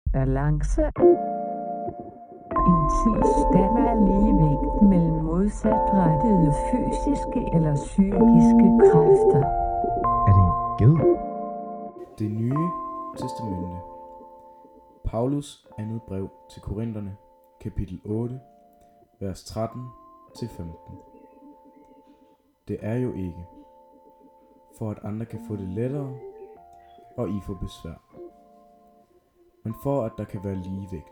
Balance. En tilstand af ligevægt mellem modsatrettede fysiske eller psykiske kræfter. Er det en ged? Det nye testamente. Paulus andet brev til Korinterne, kapitel 8, vers 13-15. Det er jo ikke, for at andre kan få det lettere, og I får besvær, men for at der kan være ligevægt.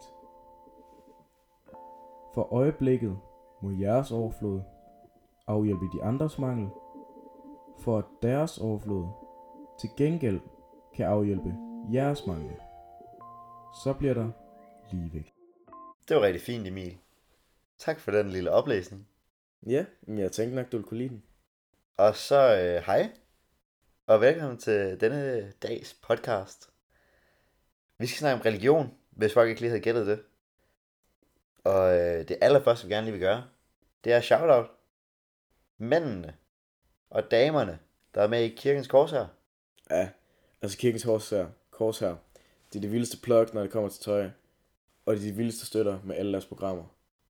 For øjeblikket må jeres overflod afhjælpe de andres mangel, for at deres overflod til gengæld kan afhjælpe jeres mangel. Så bliver der ligevægt. Det var rigtig fint, Emil. Tak for den lille oplæsning. Ja, men jeg tænkte nok, du ville kunne lide den. Og så hej, og velkommen til denne dags podcast. Vi skal snakke om religion, hvis folk ikke lige havde gættet det. Og det allerførste, vi gerne lige vil gøre, det er shoutout. Mændene og damerne, der er med i kirkens korshær. Ja, altså kirkens korshær. Det er det vildeste plug, når det kommer til tøj. Og det er de vildeste støtter med alle deres programmer.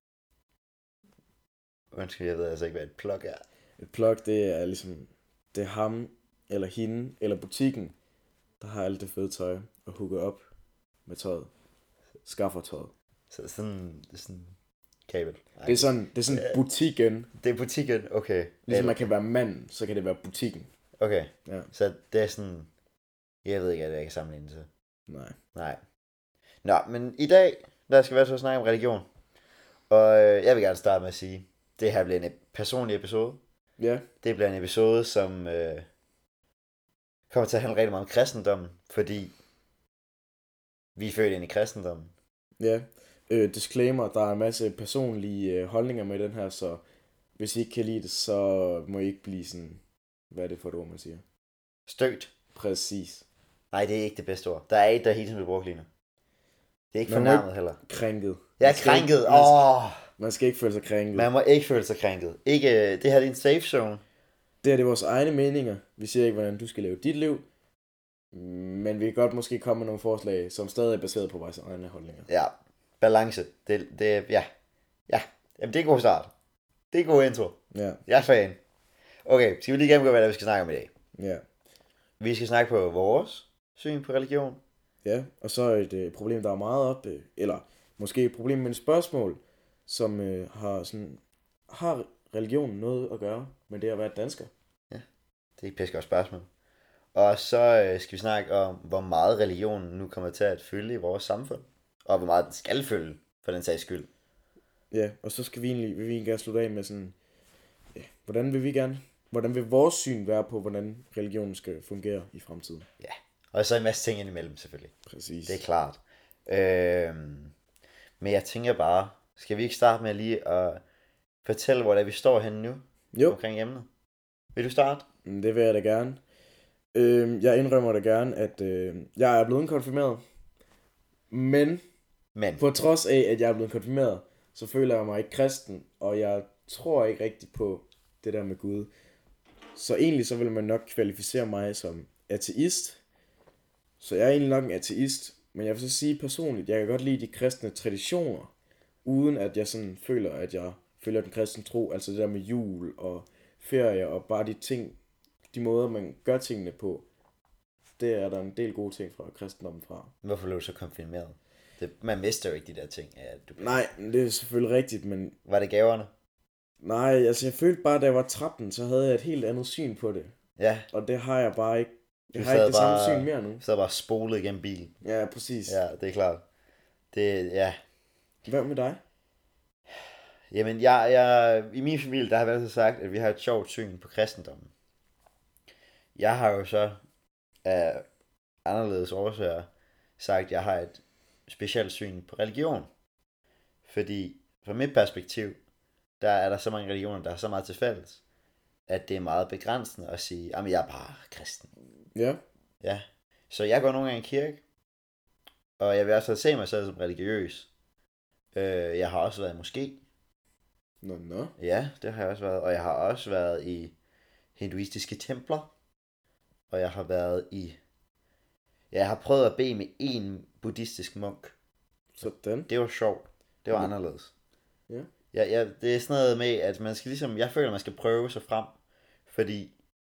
Undskyld, jeg ved altså ikke, hvad et plug er. Et plug, det er ligesom, det er ham, eller hende, eller butikken, der har alt det fede tøj, og hooker op med tøjet. Skaffer tøjet. Så det er sådan kabel. Det er sådan butikken. Det er butikken, okay. Ligesom man kan være mand, så kan det være butikken. Okay, Ja. så det er sådan, jeg ved ikke, at jeg kan sammenligne det. Nej. Nå, men i dag, der skal vi altså snakke om religion. Og jeg vil gerne starte med at sige, det her bliver en personlig episode. Ja. Det bliver en episode, som kommer til at handle rigtig meget om kristendommen, fordi vi er født ind i kristendommen. Ja. Disclaimer, der er en masse personlige holdninger med den her, så hvis I ikke kan lide det, så må I ikke blive sådan, hvad er det for et ord, man siger? Stødt. Præcis. Nej, det er ikke det bedste ord. Der er et, der hele tiden bliver brugt lige nu. Det er ikke Man må fornærmet heller. Krænket. Jeg er krænket. Man skal ikke føle sig krænket. Man må ikke føle sig krænket. Ikke, det her er en safe zone. Det her det er vores egne meninger. Vi siger ikke, hvordan du skal leve dit liv. Men vi kan godt måske komme med nogle forslag, som stadig er baseret på vores egne holdninger. Ja, balance. Ja. Jamen, det er en god start. Det er en god intro. Ja. Jeg er fan. Okay, skal vi lige gennemgå, hvad det er, vi skal snakke om i dag? Ja. Vi skal snakke på vores syn på religion. Ja, og så et problem, der er meget op, eller måske et problem med et spørgsmål, som har religionen noget at gøre med det at være dansker? Ja, det er et pisse godt spørgsmål. Og så skal vi snakke om, hvor meget religionen nu kommer til at fylde i vores samfund. Og hvor meget den skal fylde, for den sags skyld. Ja, og så skal vi egentlig gerne slutte af med sådan, ja, hvordan vil vores syn være på, hvordan religionen skal fungere i fremtiden? Ja, og så en masse ting indimellem selvfølgelig. Præcis. Det er klart. Men jeg tænker bare, skal vi ikke starte med lige at fortælle, hvor vi står henne nu? Jo. Omkring emnet. Vil du starte? Det vil jeg da gerne. Jeg indrømmer da gerne, at jeg er blevet konfirmeret. Men på trods af, at jeg er blevet konfirmeret, så føler jeg mig ikke kristen, og jeg tror ikke rigtigt på det der med Gud. Så egentlig så vil man nok kvalificere mig som ateist. Så jeg er egentlig nok en ateist, men jeg vil så sige personligt, jeg kan godt lide de kristne traditioner, uden at jeg sådan føler, at jeg følger den kristne tro, altså det der med jul og ferie og bare de ting, de måder man gør tingene på. Det er der en del gode ting fra kristendommen fra. Hvorfor blev du så konfirmeret? Man mister jo ikke de der ting. Nej, det er selvfølgelig rigtigt, men... Var det gaverne? Nej, altså jeg følte bare, da jeg var 13, så havde jeg et helt andet syn på det. Ja. Og det har jeg bare ikke. Jeg har ikke det samme syn mere nu. Så bare spolet igennem bilen. Ja, præcis. Ja, det er klart. Hvad med dig? Jamen, jeg i min familie, der har været så sagt, at vi har et sjovt syn på kristendommen. Jeg har jo så af anderledes årsager sagt, at jeg har et specielt syn på religion. Fordi fra mit perspektiv, der er der så mange religioner, der har så meget til fælles, at det er meget begrænsende at sige, at jeg er bare kristen. Ja. Ja. Så jeg går nogle gange i kirke, og jeg vil også se mig selv som religiøs. Jeg har også været i moské. Nå. Ja, det har jeg også været. Og jeg har også været i hinduistiske templer. Og jeg har været i Jeg har prøvet at bede med en buddhistisk munk. Sådan. Det var sjovt. Det var anderledes. Ja. Ja, det er sådan noget med, at man skal ligesom, jeg føler, man skal prøve sig frem, fordi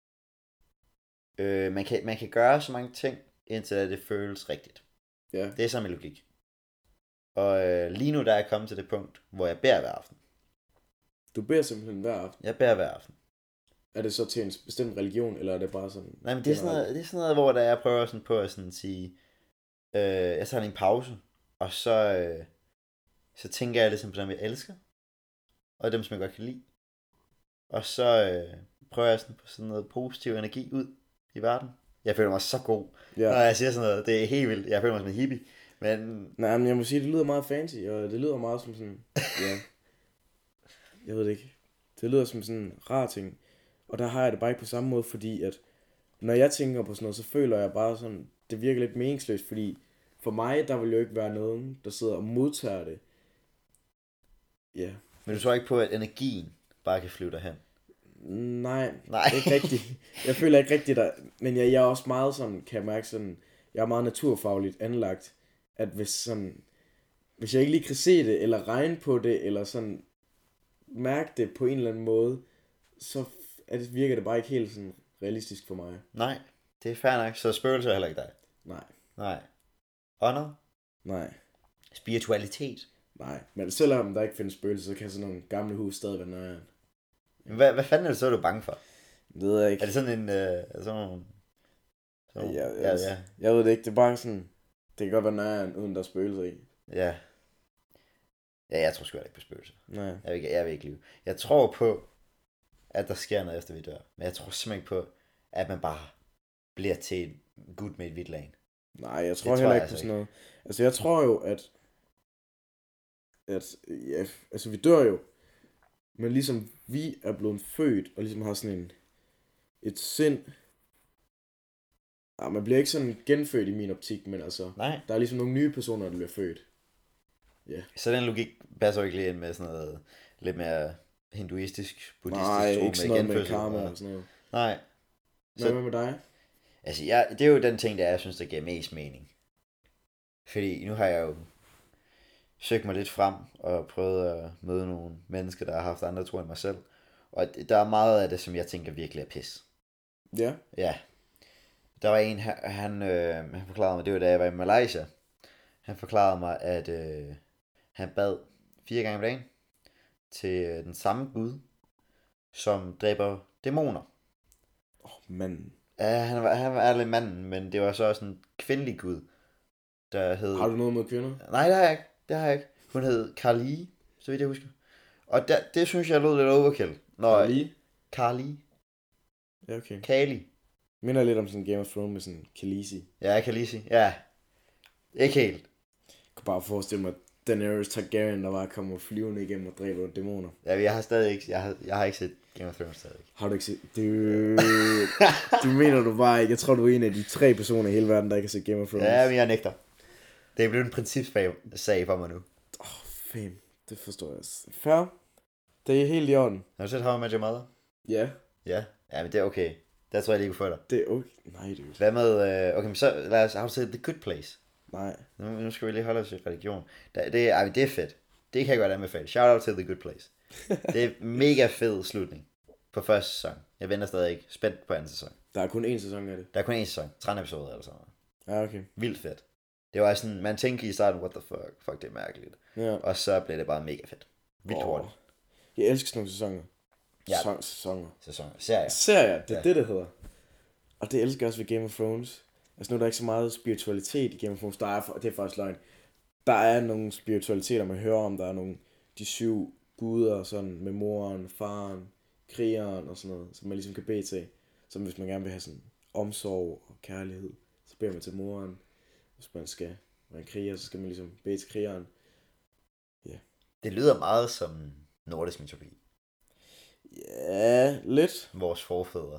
man kan gøre så mange ting, indtil det føles rigtigt. Ja. Det er så min logik. Og lige nu der er jeg kommet til det punkt, hvor jeg beder hver aften. Du beder simpelthen hver aften? Jeg beder hver aften. Er det så til en bestemt religion, eller er det bare sådan... Nej, men det er sådan noget, hvor der jeg prøver sådan på at sådan sige, jeg tager en pause, og så tænker jeg ligesom på dem, jeg elsker, og dem, som jeg godt kan lide. Og så prøver jeg sådan på sådan noget positiv energi ud i verden. Jeg føler mig så god, når jeg siger sådan noget. Det er helt vildt. Jeg føler mig som en hippie. Nej, men jeg må sige, det lyder meget fancy, og det lyder meget som sådan... Ja. Jeg ved det ikke. Det lyder som sådan en rar ting. Og der har jeg det bare ikke på samme måde, fordi at... Når jeg tænker på sådan noget, så føler jeg bare sådan... Det virker lidt meningsløst, fordi... For mig, der vil jo ikke være nogen, der sidder og modtager det. Ja. Men du tror ikke på, at energien bare kan flyve derhen? Nej, ikke rigtigt. Jeg føler ikke rigtigt, men jeg er også meget sådan, kan jeg mærke sådan, jeg er meget naturfagligt anlagt, at hvis jeg ikke lige kan se det, eller regne på det, eller sådan mærke det på en eller anden måde, så virker det bare ikke helt sådan realistisk for mig. Nej, det er fair nok, så spøgelser er heller ikke dig? Nej. Ånder? Nej. Spiritualitet? Nej, men selvom der ikke findes spøgelser, så kan sådan nogle gamle hus stadig være nøjeren. Hvad fanden er det så, du er bange for? Det ved jeg ikke. Er det sådan en... Jeg ved det ikke, det er bare sådan... Det kan godt være nøjeren, uden der er spøgelser i. Ja. Ja, jeg tror sgu ikke på spøgelser. Nej. Jeg vil ikke lyve. Jeg tror på, at der sker noget efter vi dør. Men jeg tror simpelthen ikke på, at man bare bliver til en gut med et hvidt lag. Nej, jeg tror heller ikke på sådan noget. Altså, jeg tror jo, at ja, altså vi dør jo, men ligesom vi er blevet født, og ligesom har sådan et sind. Man bliver ikke sådan genfødt i min optik, men altså, nej. Der er ligesom nogle nye personer, der bliver født. Ja. Så den logik passer ikke lige ind med sådan noget lidt mere hinduistisk, buddhistisk tro. Nej, ikke sådan noget med karma og sådan noget. Nej. Hvad med dig? Altså, det er jo den ting, der jeg synes, der giver mest mening. Fordi nu har jeg jo søgt mig lidt frem og prøvet at møde nogle mennesker, der har haft andre tro end mig selv. Og der er meget af det, som jeg tænker virkelig er pis. Ja? Ja. Der var en, han forklarede mig, det var da jeg var i Malaysia. Han forklarede mig, at han bad 4 gange om dagen til den samme Gud, som dræber dæmoner. Manden. Ja, han var ærlig manden, men det var så også en kvindelig Gud, der hed... Har du noget mod kvinder? Nej, det har jeg ikke. Hun hed Kali, så vidt jeg husker. Og det synes jeg lød lidt overkill. Kali? Ja, okay. Kali. Minder lidt om sådan Game of Thrones med sådan Khaleesi. Ja, Khaleesi. Ja. Ikke helt. Jeg kunne bare forestille mig, at Daenerys Targaryen, der bare kommer flyvende igennem og dræber dæmoner. Ja, jeg har stadig ikke, jeg har ikke set Game of Thrones stadig. Har du ikke set? Du mener du bare ikke. Jeg tror, du er en af de 3 personer i hele verden, der ikke har set Game of Thrones. Ja, men jeg nægter. Det er blevet en principsag for mig nu. Fame. Det forstår jeg. Fair. Det er helt i orden. Har du set How I Met Your Mother? Ja. Ja, men det er okay. Der tror jeg lige kunne få dig. Det er okay. Nej, det er jo. Hvad med, okay, men så lad os, har du set The Good Place? Nej. Nu skal vi lige holde os i religion. Det er fedt. Det kan jeg godt anbefale. Shout out til The Good Place. Det er mega fed slutning på første sæson. Jeg venter stadig ikke spændt på anden sæson. Der er kun 1 sæson af det. Der er kun 1 sæson. 13 episoder eller sådan noget. Ja, okay. Vildt fedt. Det var sådan, man tænker i starten, what the fuck, det er mærkeligt. Ja. Og så blev det bare mega fedt. Vildt hurtigt. Jeg elsker sådan nogle sæsoner. Ja. Sæsoner. Serier. Det er det hedder. Og det elsker jeg også ved Game of Thrones. Altså nu er der ikke så meget spiritualitet i Game of Thrones. Det er faktisk løgn. Der er nogle spiritualiteter, man hører om. Der er nogle, de 7 guder, sådan med moren, faren, krigeren og sådan noget, som man ligesom kan bede til. Som hvis man gerne vil have sådan omsorg og kærlighed, så beder man til moren. Hvis man skal være en kriger, så skal man ligesom bede til krigeren. Ja. Det lyder meget som nordisk mytologi. Ja, lidt. Vores forfædre.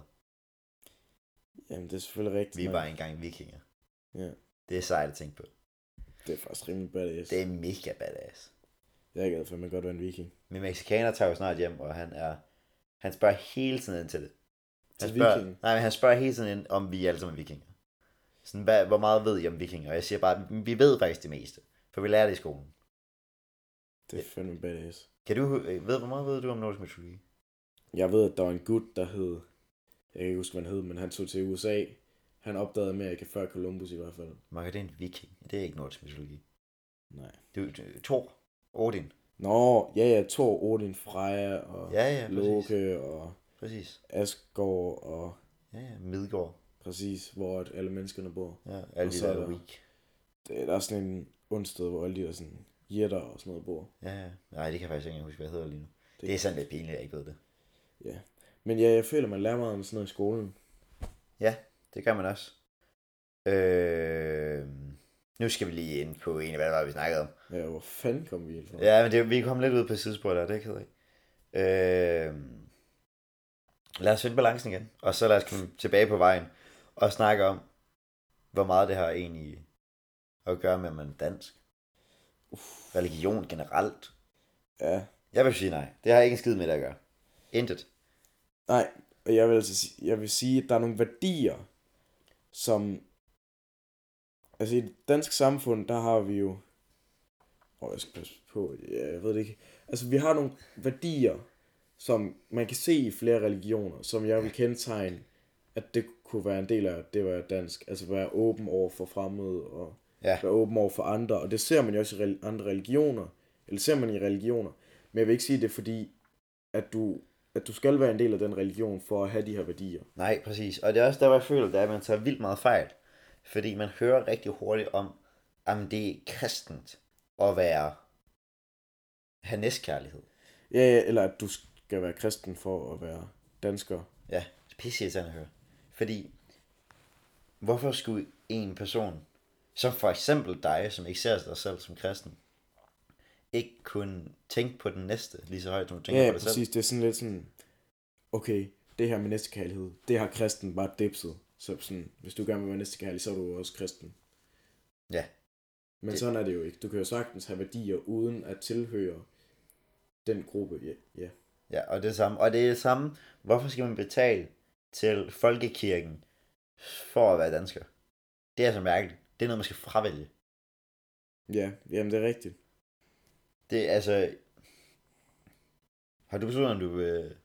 Jamen, det er selvfølgelig rigtigt. Vi var engang vikinger. Ja. Det er sejt at tænke på. Det er faktisk rimelig badass. Det er mega badass. Jeg er glad for, at man godt være en viking. Min mexikaner tager jo snart hjem, og han spørger hele tiden ind til det. Han spørger hele tiden ind, om vi alle sammen er vikinger. Sådan, hvor meget ved I om vikinger? Og jeg siger bare, vi ved faktisk det meste. For vi lærer det i skolen. Det er fandme badass. Hvor meget ved du om nordisk mytologi? Jeg ved, at der var en gut, der hed... Jeg kan ikke huske, hvad han hed, men han tog til USA. Han opdagede Amerika før Columbus i hvert fald. Marker, det er en viking. Det er ikke nordisk mytologi. Nej. Thor. Odin. Nå, ja, Thor, Odin, Freja og Loke og præcis. Asgård og... Ja, Midgård. Præcis, hvor alle menneskerne bor. Ja, alle de der weak. Der er sådan en ondsted, hvor alle de der sådan jætter og sådan noget bor. Ja. Nej, det kan jeg faktisk ikke huske, hvad hedder lige nu. Det er sådan lidt pinligt, jeg ikke ved det. Ja. Men ja, jeg føler, man lærer meget om sådan noget i skolen. Ja, det gør man også. Nu skal vi lige ind på en af, hvad det var, vi snakkede om. Ja, hvor fanden kom vi ind fra? Ja, men vi kom lidt ud på sidespor der, det er ked af. Lad os finde balancen igen, og så lad os komme tilbage på vejen og snakke om, hvor meget det har egentlig at gøre med, at man er dansk. Religion generelt. Ja. Jeg vil sige nej. Det har ikke en skid med det at gøre. Intet. Nej, og jeg vil sige, at der er nogle værdier, som... Altså i det danske samfund, der har vi jo... jeg skal passe på, jeg ved det ikke. Altså vi har nogle værdier, som man kan se i flere religioner, som jeg vil kendetegne, at det kunne være en del af, det var dansk. Altså være åben over for fremmede, og være åben over for andre. Og det ser man jo også i andre religioner, eller ser man i religioner. Men jeg vil ikke sige det, fordi at du skal være en del af den religion, for at have de her værdier. Nej, præcis. Og det er også der, hvor jeg føler, at man tager vildt meget fejl. Fordi man hører rigtig hurtigt om, at det er kristent at have næstkærlighed. Ja, eller at du skal være kristen for at være dansker. Ja, det er pisseirriterende at høre. Fordi, hvorfor skulle en person, som for eksempel dig, som ikke ser dig selv som kristen, ikke kunne tænke på den næste lige så højt, som du tænker på dig selv? Ja, præcis. Det er sådan lidt sådan, okay, det her med næstekærlighed, det har kristen bare dipset. Så sådan, hvis du gerne vil være næstekærlig, så er du også kristen. Ja. Men sådan er det jo ikke. Du kan jo sagtens have værdier, uden at tilhøre den gruppe. Ja. Ja, og det er samme. Og det er det samme. Hvorfor skal man betale til folkekirken for at være dansker? Det er så mærkeligt. Det er noget, man skal fravælge. Ja, jamen det er rigtigt. Det er altså... Har du besluttet, om du vil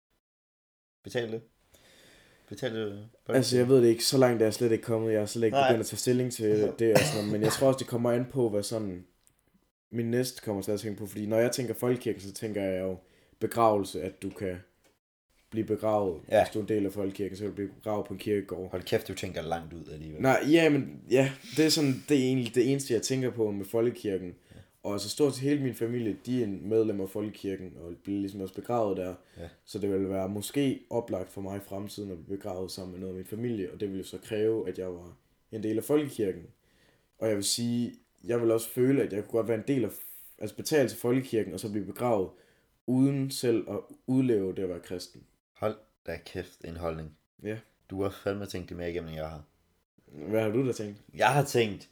betale det? Altså jeg ved det ikke, så langt er jeg slet ikke kommet. Jeg har slet ikke begyndt at tage stilling til det og sådan, men jeg tror også det kommer an på, hvad sådan min næste kommer til at tænke på, fordi når jeg tænker folkekirken, så tænker jeg jo begravelse, at du kan blive begravet, hvis du er en del af folkekirken, så kan du blive begravet på en kirkegård. Hold kæft, du tænker langt ud alligevel. Nej, ja, men ja, det er sådan, det er egentlig det eneste jeg tænker på med folkekirken. Og altså stort set hele min familie, de er medlemmer af folkekirken, og bliver ligesom også begravet der. Ja. Så det vil være måske oplagt for mig i fremtiden at blive begravet sammen med noget af min familie, og det ville så kræve, at jeg var en del af folkekirken. Og jeg vil sige, jeg vil også føle, at jeg kunne godt være en del af, altså betale til folkekirken, og så blive begravet, uden selv at udleve det at være kristen. Hold da kæft, en holdning. Ja. Du har fandme tænkt det mere igennem, end jeg har. Hvad har du da tænkt? Jeg har tænkt,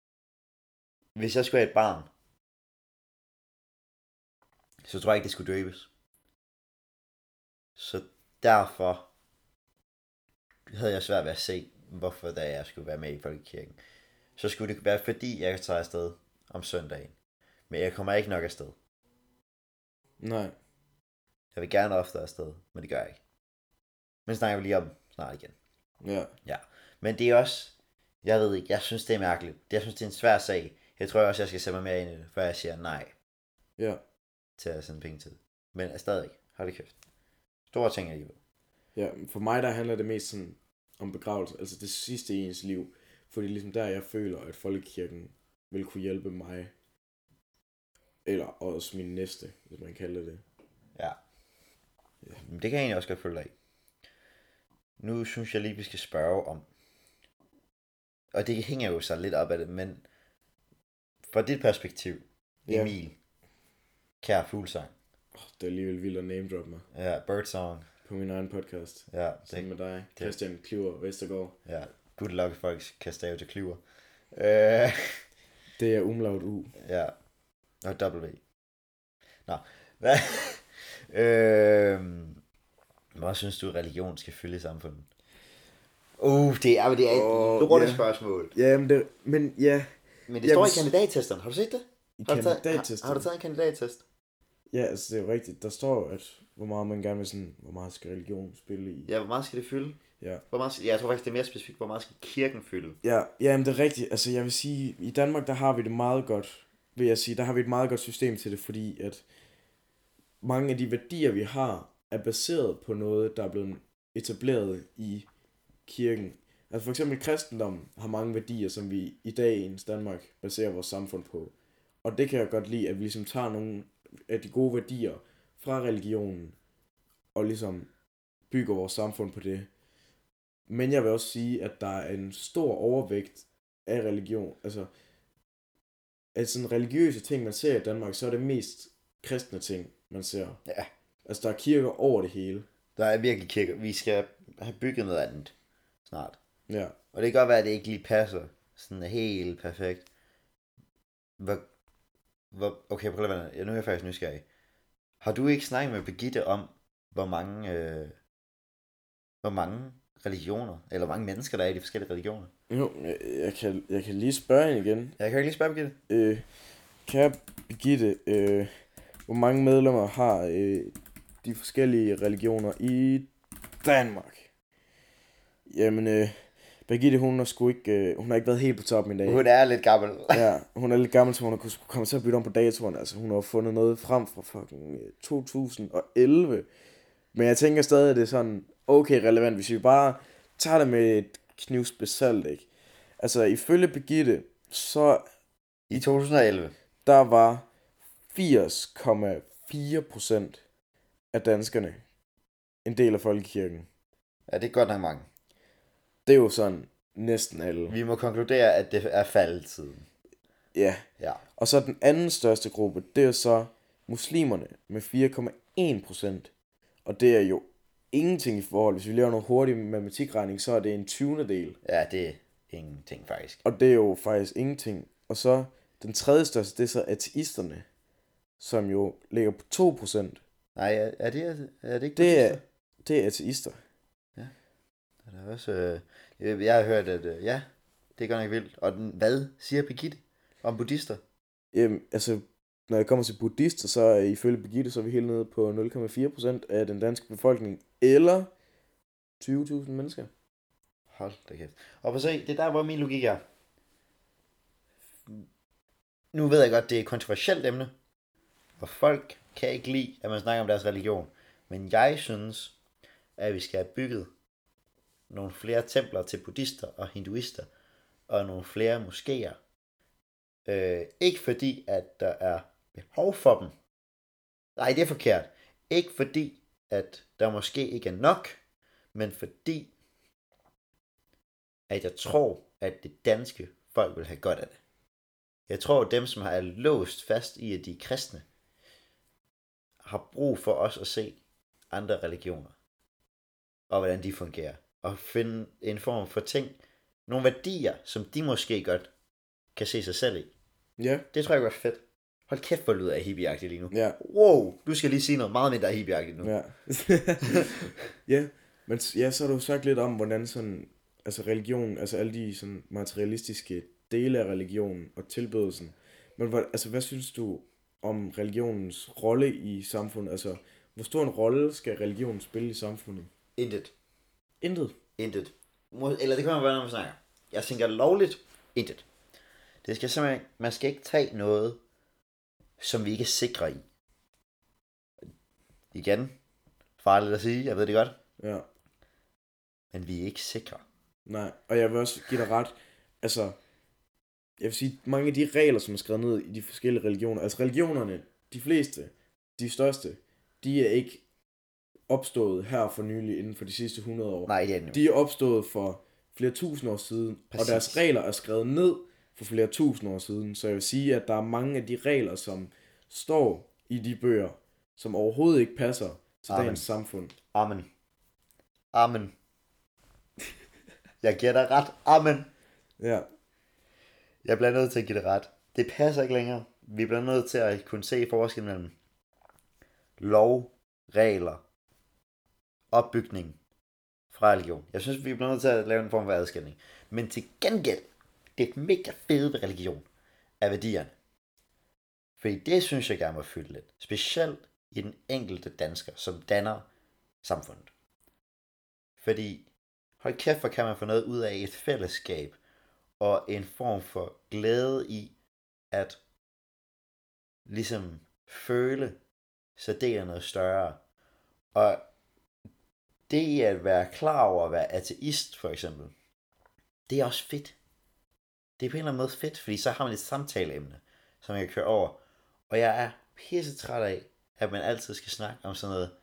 hvis jeg skulle have et barn, så tror jeg ikke, det skulle døbes. Så derfor havde jeg svært ved at se, hvorfor da jeg skulle være med i folkekirken. Så skulle det være, fordi jeg kan tage afsted om søndagen. Men jeg kommer ikke nok afsted. Nej. Jeg vil gerne ofte afsted, men det gør jeg ikke. Men snakker vi lige om snart igen. Ja. Men det er også, jeg ved ikke, jeg synes det er mærkeligt. Jeg synes det er en svær sag. Jeg tror også, jeg skal sætte mig mere ind i det, før jeg siger nej. Ja. Til at sende penge til det. Men er stadig, hold det kæft. Store ting alligevel. Ja, for mig der handler det mest sådan om begravelse, altså det sidste i ens liv. Fordi ligesom der jeg føler, at folkekirken vil kunne hjælpe mig. Eller også min næste, hvis man kalder det. Ja. Men det kan jeg egentlig også godt følge af. Nu synes jeg lige, vi skal spørge om. Og det hænger jo så lidt op af det, men fra dit perspektiv, Emil, kære fuglesang. Det er alligevel vildt at name drop mig. Ja, Birdsong. På min egen podcast. Ja. Sammen med dig, Christian Kliver Vestergaard. Ja, good luck folks kan stave til Kliver. Det er umlaut U. Ja, og W. Nå, hvad? Hvad synes du, religion skal fylde i samfundet? Det er et lortespørgsmål. Ja, men det står i kandidattesterne. Har du set det? Har du taget en kandidattest? Ja, altså det er jo rigtigt. Der står, at hvor meget man gerne vil sådan, hvor meget skal religion spille i. Ja, hvor meget skal det fylde? Ja. Jeg tror faktisk, det er mere specifikt, hvor meget skal kirken fylde? Ja, men det er rigtigt. Altså jeg vil sige, i Danmark, der har vi det meget godt, vil jeg sige. Der har vi et meget godt system til det, fordi at mange af de værdier, vi har, er baseret på noget, der er blevet etableret i kirken. Altså for eksempel kristendom har mange værdier, som vi i dag i Danmark baserer vores samfund på. Og det kan jeg godt lide, at vi ligesom tager nogle af de gode værdier fra religionen, og ligesom bygger vores samfund på det. Men jeg vil også sige, at der er en stor overvægt af religion. Altså, at sådan religiøse ting, man ser i Danmark, så er det mest kristne ting, man ser. Ja. Altså, der er kirker over det hele. Der er virkelig kirker. Vi skal have bygget noget andet snart. Ja. Og det kan godt være, at det ikke lige passer sådan helt perfekt. Okay, prøv at lade være. Nu er jeg faktisk nysgerrig. Har du ikke snakket med Birgitte om, hvor mange religioner, eller hvor mange mennesker, der er i de forskellige religioner? Jo, jeg kan lige spørge hende igen. Jeg kan ikke lige spørge Birgitte. Kære Birgitte, hvor mange medlemmer har de forskellige religioner i Danmark? Jamen, Birgitte, hun har ikke været helt på toppen i dag. Hun er lidt gammel. Ja, hun er lidt gammel, så hun har kunnet komme til at bytte om på datoren. Altså, hun har fundet noget frem fra fucking 2011. Men jeg tænker stadig, at det er sådan okay relevant, hvis vi bare tager det med et knivspidsalt, ikke? Altså, ifølge Birgitte, så i 2011, der var 80,4% af danskerne en del af folkekirken. Ja, det er godt nok mange. Det er jo sådan næsten alle. Vi må konkludere, at det er faldtiden. Ja. Og så den anden største gruppe, det er så muslimerne med 4,1%. Og det er jo ingenting i forhold. Hvis vi laver noget hurtig matematikregning, så er det en 20. del. Ja, det er ingenting faktisk. Og det er jo faktisk ingenting. Og så den tredje største, det er så ateisterne, som jo ligger på 2%. Nej, er det ikke det er ateister. Ja. Der er også, jeg har hørt, at det er godt nok vildt. Og hvad siger Birgitte om buddhister? Jamen, altså, når jeg kommer til buddhister, så er ifølge Birgitte, så er vi helt nede på 0,4% af den danske befolkning, eller 20.000 mennesker. Hold da kæft. Og på se, det er der, hvor min logik er. Nu ved jeg godt, det er et kontroversielt emne, og folk kan ikke lide, at man snakker om deres religion. Men jeg synes, at vi skal have bygget nogle flere templer til buddhister og hinduister, og nogle flere moskéer. Ikke fordi, at der er behov for dem. Nej, det er forkert. Ikke fordi, at der måske ikke er nok, men fordi, at jeg tror, at det danske folk vil have godt af det. Jeg tror, at dem, som har låst fast i, at de er kristne, har brug for os at se andre religioner, og hvordan de fungerer, og finde en form for ting, nogle værdier, som de måske godt kan se sig selv i. Ja. Det tror jeg godt fedt. Hold kæft, hvor lyder jeg hippieagtigt lige nu. Ja. Wow, du skal lige sige noget meget mindre hippieagtigt nu. Ja. Ja, men ja, så har du sagt lidt om, hvordan sådan, altså religion, altså alle de sådan materialistiske dele af religionen og tilbedelsen. Men hvad synes du om religionens rolle i samfundet? Altså, hvor stor en rolle skal religionen spille i samfundet? Intet. Intet? Intet. Eller det kan man være, når man snakker. Jeg tænker lovligt. Intet. Det skal simpelthen, man skal ikke tage noget, som vi ikke er sikre i. Igen. Farligt at sige, jeg ved det godt. Ja. Men vi er ikke sikre. Nej, og jeg vil også give dig ret. Altså, jeg vil sige, mange af de regler, som er skrevet ned i de forskellige religioner, altså religionerne, de fleste, de største, de er ikke opstået her for nylig inden for de sidste 100 år. Nej, det er de er opstået for flere tusind år siden, præcis. Og deres regler er skrevet ned for flere tusind år siden. Så jeg vil sige, at der er mange af de regler, som står i de bøger, som overhovedet ikke passer til dagens samfund. Amen. Amen. Jeg giver dig ret. Amen. Ja. Jeg bliver nødt til at give det ret. Det passer ikke længere. Vi bliver nødt til at kunne se forskellen mellem lov, regler, opbygning, fra religion. Jeg synes, vi bliver nødt til at lave en form for adskilning. Men til gengæld, det mega fede ved religion er værdierne. Fordi det synes jeg gerne må fylde lidt. Specielt i den enkelte dansker, som danner samfundet. Fordi, hold kæft, hvor kan man få noget ud af et fællesskab, og en form for glæde i, at ligesom føle, så det er noget større. Og det i at være klar over at være ateist, for eksempel, det er også fedt. Det er på en eller anden måde fedt, fordi så har man et samtaleemne, som jeg kan køre over. Og jeg er pisse træt af, at man altid skal snakke om sådan noget.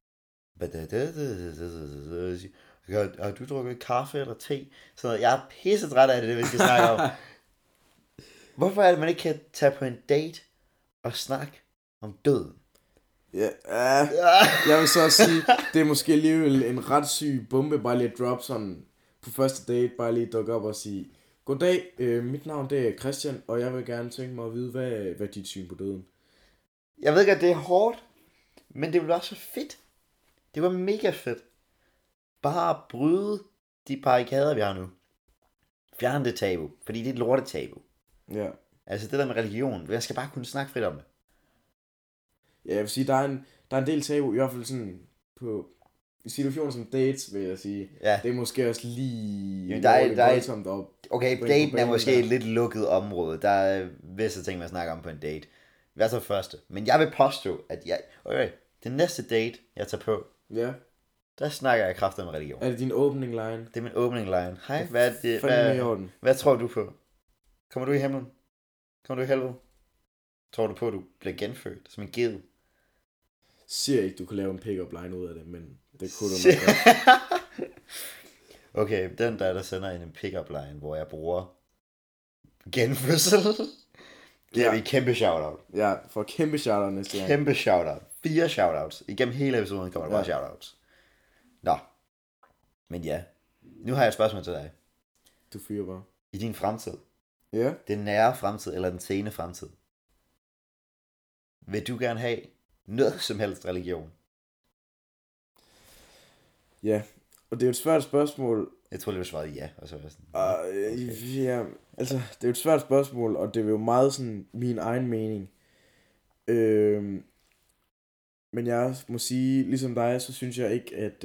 Har du drukket kaffe eller te? Sådan noget. Jeg er pisse træt af det, vi skal snakke om. Hvorfor er det, man ikke kan tage på en date og snakke om døden? Ja, jeg vil så sige, det er måske alligevel en ret syg bombe, bare lige at drop sådan på første date, bare lige dukke op og sige, goddag, mit navn det er Christian, og jeg vil gerne tænke mig at vide, hvad er dit syn på døden? Jeg ved ikke, at det er hårdt, men det ville være så fedt. Det var mega fedt. Bare bryde de barrikader, vi har nu. Fjerne det tabu, fordi det er et lortetabu. Ja. Altså det der med religion, jeg skal bare kunne snakke frit om det. Ja, jeg vil sige, der er en del tabu, i hvert fald sådan på i situationer som dates, vil jeg sige. Ja. Det er måske også lige jamen, der er voldsomt op. Okay, daten er måske et lidt lukket område. Der er visse ting, man snakker om på en date. Hvad så første? Men jeg vil påstå, at den næste date, jeg tager på, ja, der snakker jeg kraftigt om religion. Er det din opening line? Det er min opening line. Hej, hvad er det? Hvad tror du på? Kommer du i himlen? Kommer du i helvede? Tror du på, at du bliver genfødt som en ged? Siger ikke, du kan lave en pick-up line ud af det, men det kunne du nok godt. Okay, den der sender en pick-up line, hvor jeg bruger genfødsel. Det er vi kæmpe shoutout. Ja, for kæmpe shoutout næste gang. Kæmpe shoutout. 4 shoutouts. Igennem hele episoden kommer der bare shoutouts. Nå. Men ja. Nu har jeg et spørgsmål til dig. Du fyrer bare. I din fremtid. Ja. Den nære fremtid, eller den sene fremtid. Vil du gerne have noget som helst religion? Ja. Og det er jo et svært spørgsmål. Jeg tror, det var svaret ja. Og så var sådan, ja, altså, det er jo et svært spørgsmål, og det er jo meget sådan min egen mening. Men jeg må sige, ligesom dig, så synes jeg ikke, at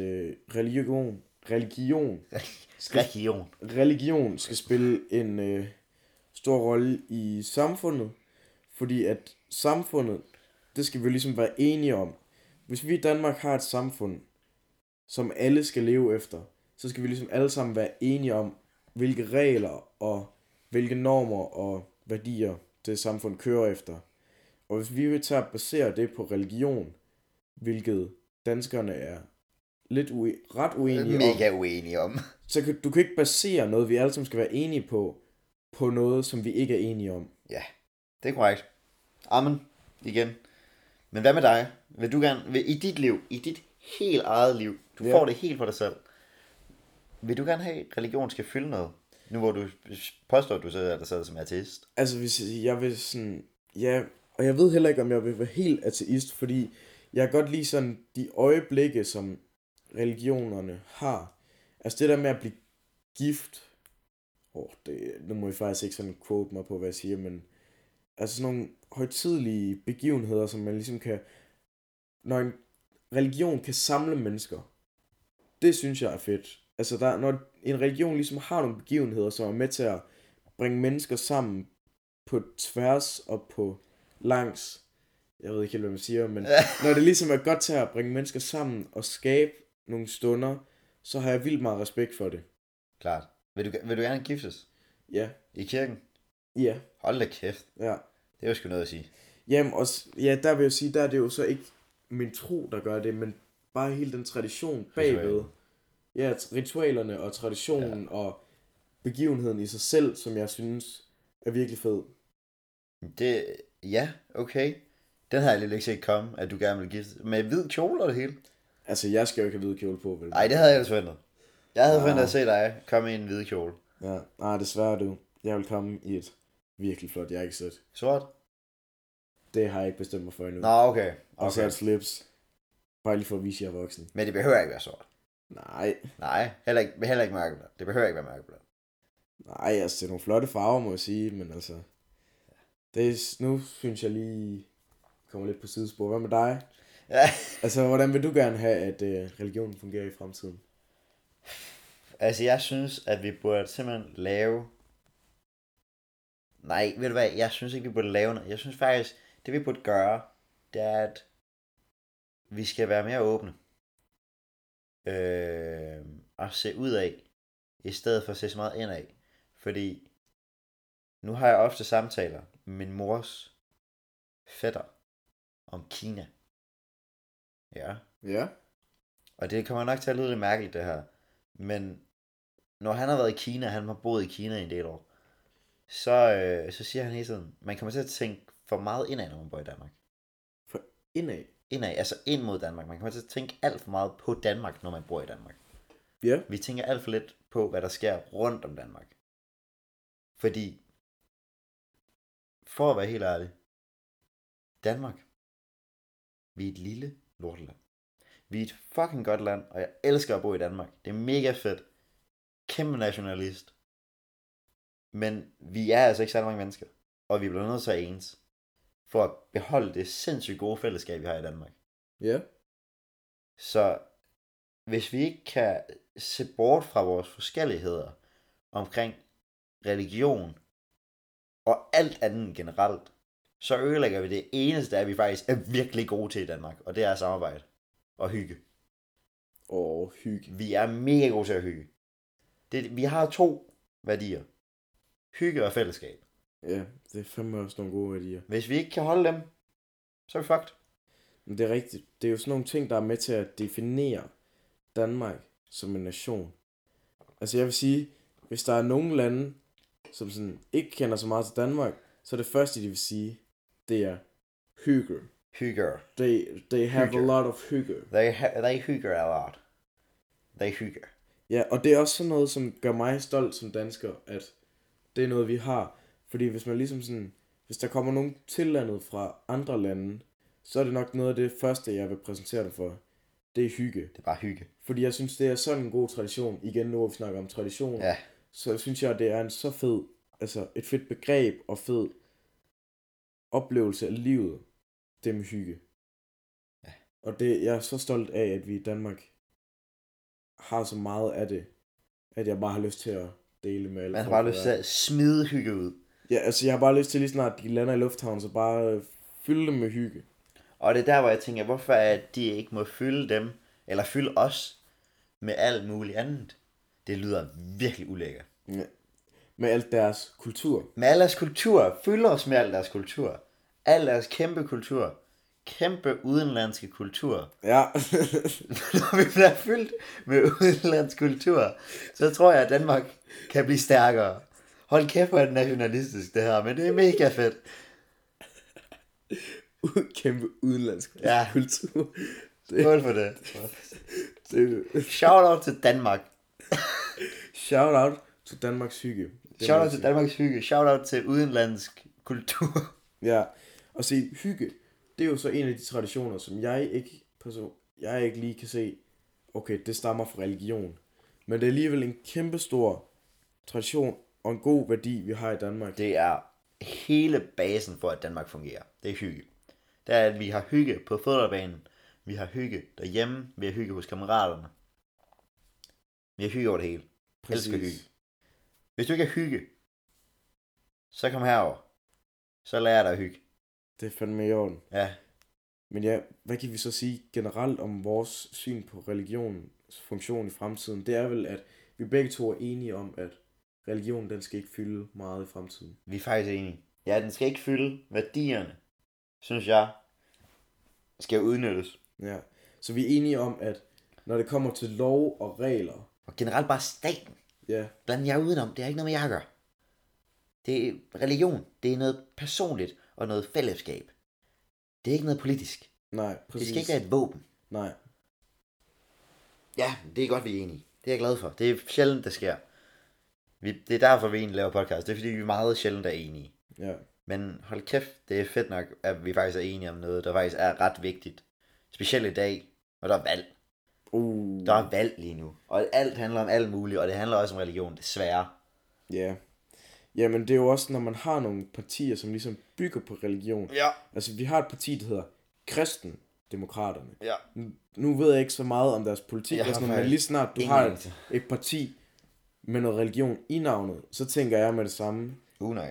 religion skal spille en stor rolle i samfundet. Fordi at samfundet, det skal vi ligesom være enige om. Hvis vi i Danmark har et samfund, som alle skal leve efter, så skal vi ligesom alle sammen være enige om, hvilke regler og hvilke normer og værdier det samfund kører efter. Og hvis vi vil tage at basere det på religion, hvilket danskerne er lidt ret uenige mega uenige om, så du kan ikke basere noget, vi alle sammen skal være enige på noget, som vi ikke er enige om. Ja, det er korrekt. Amen, igen. Men hvad med dig? Vil du gerne, i dit liv, i dit helt eget liv, du får det helt for dig selv, vil du gerne have, at religion skal fylde noget? Nu hvor du påstår, at du sidder der selv som ateist. Altså, hvis jeg vil sådan, ja, og jeg ved heller ikke, om jeg vil være helt ateist, fordi jeg kan godt lide sådan de øjeblikke, som religionerne har. Altså det der med at blive gift, nu må I faktisk ikke sådan quote mig på, hvad jeg siger, men altså sådan nogle højtidelige begivenheder, som man ligesom kan, når en religion kan samle mennesker, det synes jeg er fedt. Altså når en religion ligesom har nogle begivenheder, som er med til at bringe mennesker sammen på tværs og på langs, jeg ved ikke helt, hvad man siger, men når det ligesom er godt til at bringe mennesker sammen og skabe nogle stunder, så har jeg vildt meget respekt for det. Klart. Vil du gerne giftes? Ja. I kirken? Ja. Hold da kæft. Ja. Det er jo sgu noget at sige. Jamen også, ja, der vil jeg sige, der er det jo så ikke min tro, der gør det, men bare hele den tradition bagved. Ja, ritualerne og traditionen og begivenheden i sig selv, som jeg synes er virkelig fed. Ja, okay. Den har jeg lidt ikke set komme, at du gerne vil gifte. Med hvid kjole og det hele. Altså, jeg skal jo ikke have hvid kjole på, vel? Nej, det havde jeg jo forventet. Jeg havde forventet at se dig komme i en hvid kjole. Ja, nej, desværre du. Jeg vil komme i et virkelig flot jakkesæt. Sort? Det har jeg ikke bestemt mig for endnu. Nå, okay. Og så et slips. Bare lige for at vise, at jeg er voksen. Men det behøver ikke være sort. Nej, heller ikke mørkeblåt. Det behøver ikke være mørkeblåt. Nej, altså det er nogle flotte farver, må jeg sige, men altså... Nu synes jeg lige kommer lidt på sidespor. Hvad med dig? Ja. Altså, hvordan vil du gerne have, at religionen fungerer i fremtiden? Altså, jeg synes, at vi burde simpelthen lave... Nej, ved du hvad? Jeg synes ikke, vi burde lave noget. Jeg synes faktisk, det vi burde gøre, det er, at vi skal være mere åbne. Og se ud af, i stedet for at se så meget indad. Fordi nu har jeg ofte samtaler med min mors fætter om Kina. Ja. Ja. Og det kommer nok til at lyde lidt mærkeligt, det her. Men når han har været i Kina, han har boet i Kina i en del år, så siger han hele tiden, man kommer til at tænke for meget indad, når man bor i Danmark. For indad? Indad, altså ind mod Danmark. Man kommer til at tænke alt for meget på Danmark, når man bor i Danmark. Ja. Vi tænker alt for lidt på, hvad der sker rundt om Danmark. Fordi, for at være helt ærlig, Danmark, vi er et lille lorteland. Vi er et fucking godt land, og jeg elsker at bo i Danmark. Det er mega fedt. Kæmpe nationalist. Men vi er altså ikke så mange mennesker. Og vi bliver nødt til at ens. For at beholde det sindssygt gode fællesskab, vi har i Danmark. Ja. Så hvis vi ikke kan se bort fra vores forskelligheder omkring religion og alt andet generelt, så ødelægger vi det eneste, at vi faktisk er virkelig gode til i Danmark. Og det er samarbejde og hygge. Og hygge. Vi er mega gode til at hygge. Vi har 2 værdier. Hygge og fællesskab. Ja, det er fandme også nogle gode værdier. Hvis vi ikke kan holde dem, så er vi fucked. Men det er rigtigt. Det er jo sådan nogle ting, der er med til at definere Danmark som en nation. Altså jeg vil sige, hvis der er nogle lande, som sådan ikke kender så meget til Danmark, så er det første, de vil sige, det er hygge. Hygge. They have a lot of hygge. They hygge a lot. They hygge. Ja, og det er også sådan noget, som gør mig stolt som dansker, at det er noget, vi har. Fordi hvis man ligesom sådan, hvis der kommer nogen til landet fra andre lande, så er det nok noget af det første, jeg vil præsentere dem for. Det er hygge. Det er bare hygge. Fordi jeg synes, det er sådan en god tradition. Igen, nu hvor vi snakker om tradition. Ja. Så synes jeg, det er en så fed, altså et fedt begreb og fed oplevelse af livet. Det med hygge. Ja. Og det, jeg er så stolt af, at vi i Danmark har så meget af det, at jeg bare har lyst til at dele med alle. Man har bare lyst til at smide hygge ud. Ja, altså jeg har bare lyst til lige snart de lander i lufthavnen, så bare fylde dem med hygge. Og det er der, hvor jeg tænker, hvorfor at de ikke må fylde dem, eller fylde os, med alt muligt andet. Det lyder virkelig ulækkert. Ja. Med alt deres kultur. Med al deres kultur. Fylde os med al deres kultur. Al deres kæmpe kultur. Kæmpe udenlandske kultur. Ja. Når vi bliver fyldt med udenlandsk kultur, så tror jeg, at Danmark kan blive stærkere. Hold kæft, hvor er det nationalistisk det her, men det er mega fedt. Kæmpe udenlandsk kultur. Skål for det. Shout out til Danmark. Shout out til Danmarks hygge. Shout out til Danmarks hygge. Shout out til udenlandsk kultur. Ja, og se, hygge, det er jo så en af de traditioner, som jeg ikke lige kan se, okay, det stammer fra religion. Men det er alligevel en kæmpe stor tradition og en god værdi, vi har i Danmark. Det er hele basen for, at Danmark fungerer. Det er hygge. Det er, at vi har hygge på fodboldbanen. Vi har hygge derhjemme. Vi har hygge hos kammeraterne. Vi har hygge over det hele. Præcis. Elsker hygge. Hvis du ikke har hygge, så kom herover. Så lærer jeg dig at hygge. Det er fandme i orden. Ja. Men ja, hvad kan vi så sige generelt om vores syn på religionens funktion i fremtiden? Det er vel, at vi begge to er enige om, at religionen, den skal ikke fylde meget i fremtiden. Vi er faktisk enige. Ja, den skal ikke fylde værdierne, synes jeg, skal udnyttes. Ja, så vi er enige om, at når det kommer til lov og regler... Og generelt bare staten. Ja. Blandt jer udenom, det er ikke noget med, jeg gør. Det er religion. Det er noget personligt og noget fællesskab. Det er ikke noget politisk. Nej, præcis. Det skal ikke være et våben. Nej. Ja, det er godt, vi er enige. Det er jeg glad for. Det er sjældent, det sker. Det er derfor, vi egentlig laver podcast. Det er fordi, vi er meget sjældent er enige. Ja. Men hold kæft, det er fedt nok, at vi faktisk er enige om noget, der faktisk er ret vigtigt. Specielt i dag, når der er valg. Der er valg lige nu. Og alt handler om alt muligt, og det handler også om religion, desværre. Ja. Jamen det er jo også, når man har nogle partier, som ligesom bygger på religion. Ja. Altså vi har et parti, der hedder Kristendemokraterne. Ja. Nu ved jeg ikke så meget om deres politik, men lige snart du har et parti med noget religion i navnet, så tænker jeg med det samme. Nej.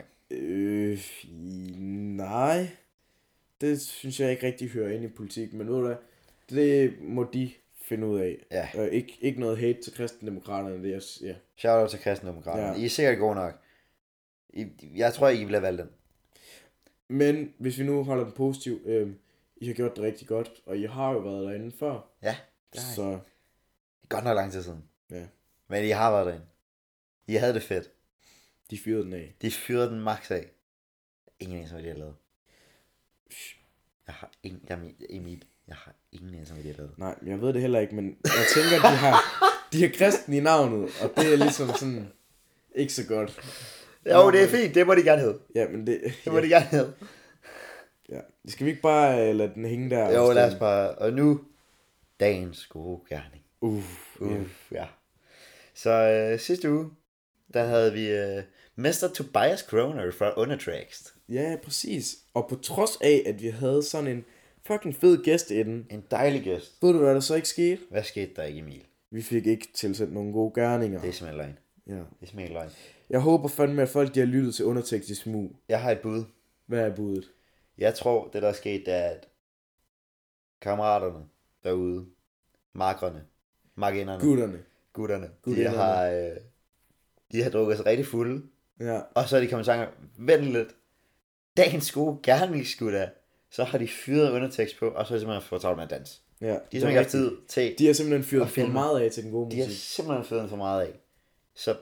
Nej. Det synes jeg ikke rigtig hører ind i politik, men ved du hvad, det må de finde ud af. Ja. Ikke noget hate til Kristendemokraterne. Det er, ja. Shout out til Kristendemokraterne. Ja. I er sikkert gode nok. Jeg tror ikke, I bliver valgt den. Men hvis vi nu holder den positiv, I har gjort det rigtig godt, og I har jo været derinde før. Ja. Så det er godt nok lang tid siden. Ja. Men I har været derinde. I havde det fedt. De fyrede den af. De fyrede den max af. Ingen anelse, hvad de har lavet. Jeg har ingen anelse, hvad de har lavet. Nej, jeg ved det heller ikke, men jeg tænker, de har kristen i navnet, og det er ligesom sådan ikke så godt. Jo, det er fint. Det må de gerne hedde. Ja, men det må de gerne hedde. Ja, skal vi ikke bare lade den hænge der? Jo, lad os bare. Og nu, dagens gode gerning. Ja. Så sidste uge, der havde vi Mr. Tobias Kroner fra Undertraxed. Ja, præcis. Og på trods af, at vi havde sådan en fucking fed gæst inden. En dejlig gæst. Ved du, hvad der så ikke skete? Hvad skete der ikke, Emil? Vi fik ikke tilsendt nogle gode gerninger. Det er simpelthen løgn. Ja. Det er simpelthen løgn. Jeg håber fandme, at folk de har lyttet til Undertekst i smug. Jeg har et bud. Hvad er budet? Jeg tror, det der er sket, er, at kammeraterne derude, markinderne, gutterne, de har drukket sig rigtig fulde. Ja. Og så er de kommet i tanke, vent lidt, dagens gode gerningsgutter, så har de fyret Undertekst på, og så er de simpelthen fået travlt med at danse. Ja, de har simpelthen ikke haft tid til. De har simpelthen fyret for meget af til den gode musik. De har simpelthen fyret for meget af. Så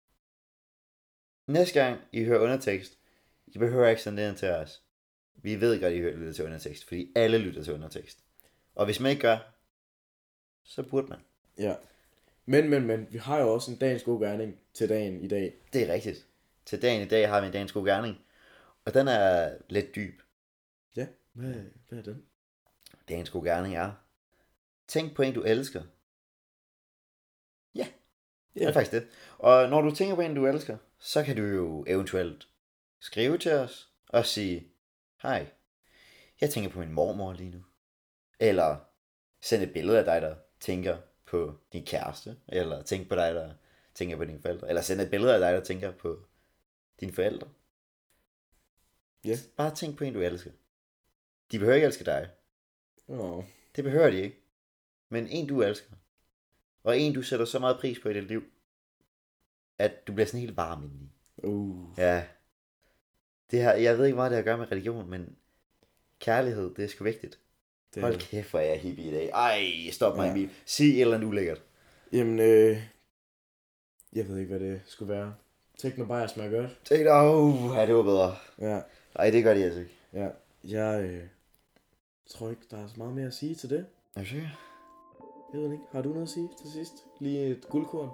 næste gang I hører Undertekst, I behøver ikke sende det til os. Vi ved godt, I lytter til Undertekst, fordi alle lytter til Undertekst. Og hvis man ikke gør, så burde man. Ja. Men, vi har jo også en dagens god gerning til dagen i dag. Det er rigtigt. Til dagen i dag har vi en dagens god gerning. Og den er lidt dyb. Ja, hvad er den? Dagens god gerning er, tænk på en, du elsker. Ja, det er faktisk det. Og når du tænker på en, du elsker, så kan du jo eventuelt skrive til os og sige, hej, jeg tænker på min mormor lige nu. Eller send et billede af dig, der tænker på din kæreste. Eller tænk på dig, der tænker på dine forældre. Eller send et billede af dig, der tænker på dine forældre. Ja. Bare tænk på en, du elsker. De behøver ikke elske dig. Oh. Det behøver de ikke. Men en, du elsker. Og en, du sætter så meget pris på i dit liv, at du bliver sådan helt varm indeni. Ja. Det her, jeg ved ikke meget, det har at gøre med religion, men kærlighed, det er sgu vigtigt. Hold kæft, hvor er jeg hippie i dag. Ej, stop mig, Emil. Sig et eller andet ulækkert. Jamen, jeg ved ikke, hvad det skulle være. Techno Bajer smager godt. Ja, det var bedre. Ja. Ej, det gør de altså ikke. Ja, jeg tror ikke, der er så meget mere at sige til det. Er du sikker? Jeg ved ikke. Har du noget at sige til sidst? Lige et guldkorn?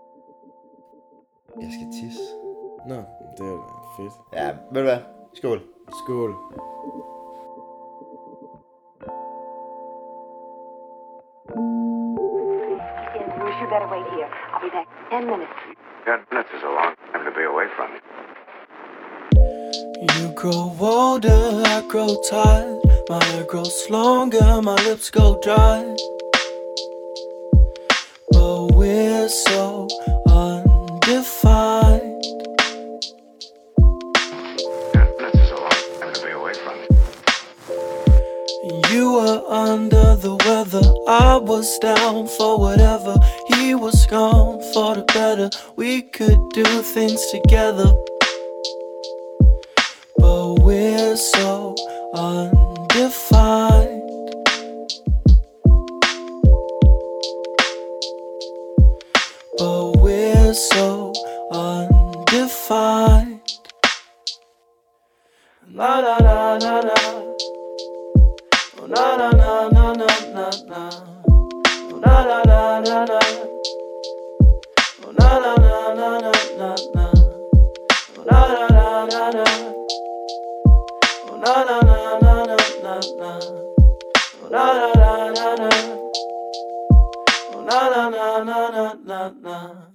Jeg skal tisse. Nå, det er fedt. Ja, ved du hvad? Skål. Skål. Bruce, you better wait here. I'll be back in 10 minutes. 10 minutes is a long time to be away from you. You grow older, I grow tired. My hair grows longer, my lips go dry. But we're so undefined. 10 minutes is a long time to be away from you. You were under the weather, I was down for whatever. He was gone for the better. We could do things together. But we're so undefined. But we're so undefined. Na na na na na. Oh na na na na na na na. Oh na na na na na. Oh na na na na na na na. Oh na na na na na. Oh na na na na na na na. Oh na na na na na. na na na na.